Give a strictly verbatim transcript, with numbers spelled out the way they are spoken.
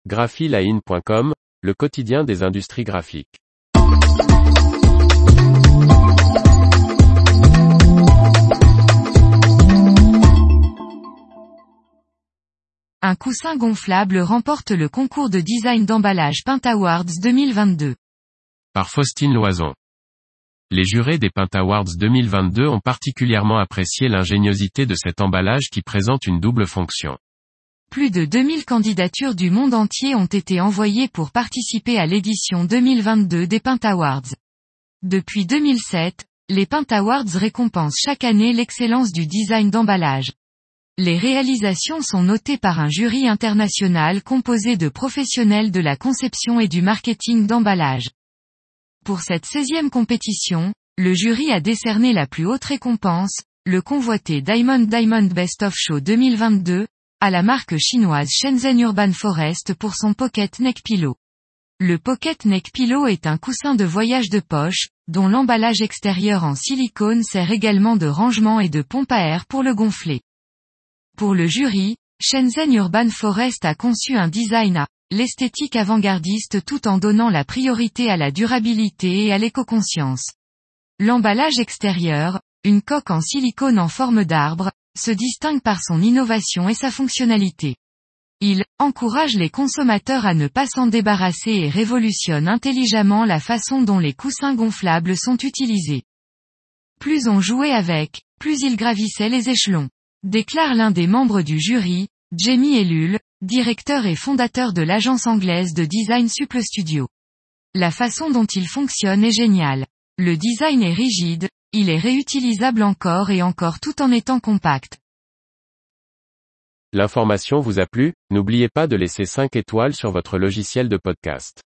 graphiline point com, le quotidien des industries graphiques. Un coussin gonflable remporte le concours de design d'emballage Paint Awards deux mille vingt-deux. Par Faustine Loison. Les jurés des Paint Awards deux mille vingt-deux ont particulièrement apprécié l'ingéniosité de cet emballage qui présente une double fonction. Plus de deux mille candidatures du monde entier ont été envoyées pour participer à l'édition deux mille vingt-deux des Paint Awards. Depuis deux mille sept, les Paint Awards récompensent chaque année l'excellence du design d'emballage. Les réalisations sont notées par un jury international composé de professionnels de la conception et du marketing d'emballage. Pour cette seizième compétition, le jury a décerné la plus haute récompense, le convoité Diamond Diamond Best of Show deux mille vingt-deux, à la marque chinoise Shenzhen Urban Forest pour son Pocket Neck Pillow. Le Pocket Neck Pillow est un coussin de voyage de poche, dont l'emballage extérieur en silicone sert également de rangement et de pompe à air pour le gonfler. Pour le jury, Shenzhen Urban Forest a conçu un design à l'esthétique avant-gardiste tout en donnant la priorité à la durabilité et à l'éco-conscience. L'emballage extérieur, une coque en silicone en forme d'arbre, se distingue par son innovation et sa fonctionnalité. Il encourage les consommateurs à ne pas s'en débarrasser et révolutionne intelligemment la façon dont les coussins gonflables sont utilisés. Plus on jouait avec, plus il gravissait les échelons. Déclare l'un des membres du jury, Jamie Ellul, directeur et fondateur de l'agence anglaise de design Supple Studio. La façon dont il fonctionne est géniale. Le design est rigide, il est réutilisable encore et encore tout en étant compact. L'information vous a plu? N'oubliez pas de laisser cinq étoiles sur votre logiciel de podcast.